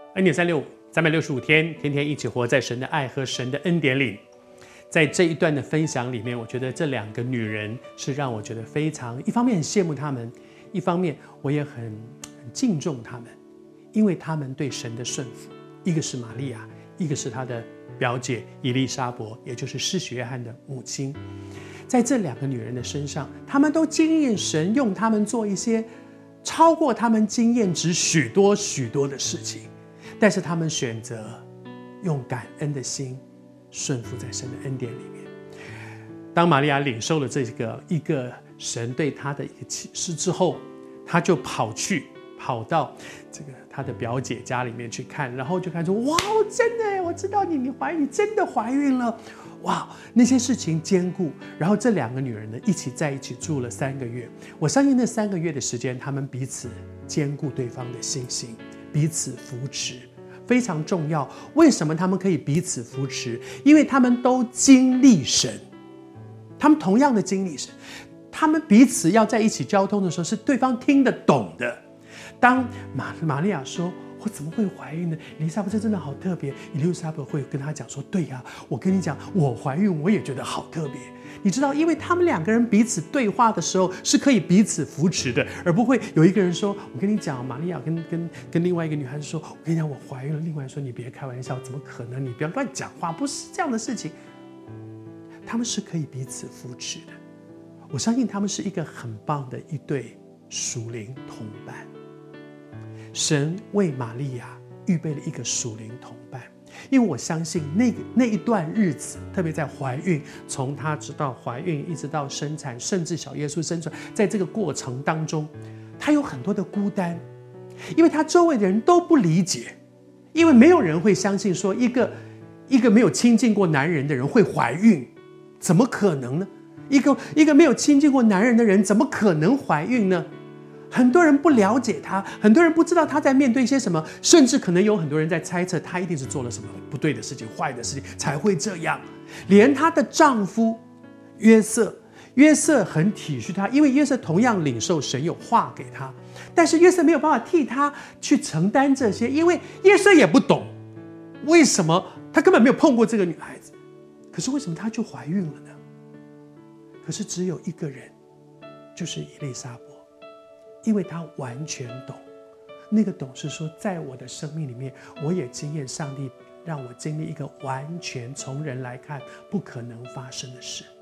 恩典365 365天，天天一起活在神的爱和神的恩典里。在这一段的分享里面，我觉得这两个女人是让我觉得非常，一方面很羡慕她们，一方面我也很敬重她们，因为她们对神的顺服。一个是玛利亚，一个是她的表姐以利沙伯，也就是施洗约翰的母亲。在这两个女人的身上，她们都经验神用她们做一些超过她们经验值许多许多的事情，但是她们选择用感恩的心顺服在神的恩典里面。当玛利亚领受了这个一个神对她的一个启示之后，她就跑到这个她的表姐家里面去看，然后就看说：哇，真的，我知道你怀孕，你真的怀孕了。哇，那些事情坚固。然后这两个女人呢，在一起住了3个月。我相信那3个月的时间，她们彼此坚固对方的信心，彼此扶持，非常重要。为什么他们可以彼此扶持？因为他们都经历神，他们同样的经历神，他们彼此要在一起交通的时候，是对方听得懂的。当玛利亚说：我怎么会怀孕呢？以利沙伯真的好特别。以利沙伯会跟他讲说：对呀，我跟你讲，我怀孕我也觉得好特别。你知道，因为他们两个人彼此对话的时候是可以彼此扶持的，而不会有一个人说：我跟你讲，玛利亚跟另外一个女孩子说：我跟你讲，我怀孕了。另外说：你别开玩笑，怎么可能？你不要乱讲话，不是这样的事情。他们是可以彼此扶持的。我相信他们是一个很棒的一对属灵同伴。神为玛利亚预备了一个属灵同伴，因为我相信那一段日子，特别在怀孕，从她直到怀孕一直到生产，甚至小耶稣生出来，在这个过程当中，她有很多的孤单，因为她周围的人都不理解，因为没有人会相信说一个没有亲近过男人的人会怀孕，怎么可能呢？一个没有亲近过男人的人怎么可能怀孕呢？很多人不了解她，很多人不知道她在面对些什么，甚至可能有很多人在猜测她一定是做了什么不对的事情、坏的事情才会这样。连她的丈夫约瑟很体恤她，因为约瑟同样领受神有话给她，但是约瑟没有办法替她去承担这些，因为约瑟也不懂为什么，他根本没有碰过这个女孩子，可是为什么她就怀孕了呢？可是只有一个人，就是以利沙伯，因为他完全懂。那个懂是说，在我的生命里面，我也经验上帝让我经历一个完全从人来看不可能发生的事。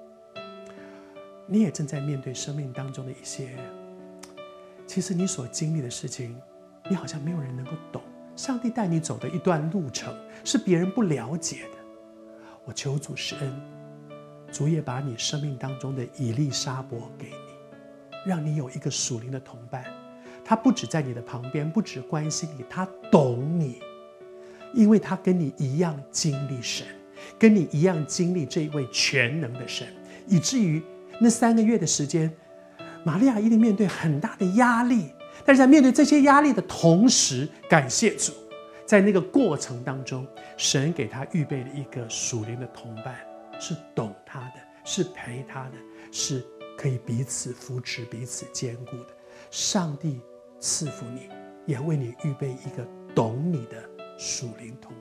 你也正在面对生命当中的一些，其实你所经历的事情，你好像没有人能够懂。上帝带你走的一段路程，是别人不了解的。我求主施恩，主也把你生命当中的以利沙伯给你，让你有一个属灵的同伴。他不只在你的旁边，不只关心你，他懂你，因为他跟你一样经历神，跟你一样经历这一位全能的神，以至于那3个月的时间，玛利亚一定面对很大的压力，但是在面对这些压力的同时，感谢主，在那个过程当中，神给他预备了一个属灵的同伴，是懂他的，是陪他的，是可以彼此扶持、彼此坚固的。上帝赐福你，也为你预备一个懂你的属灵同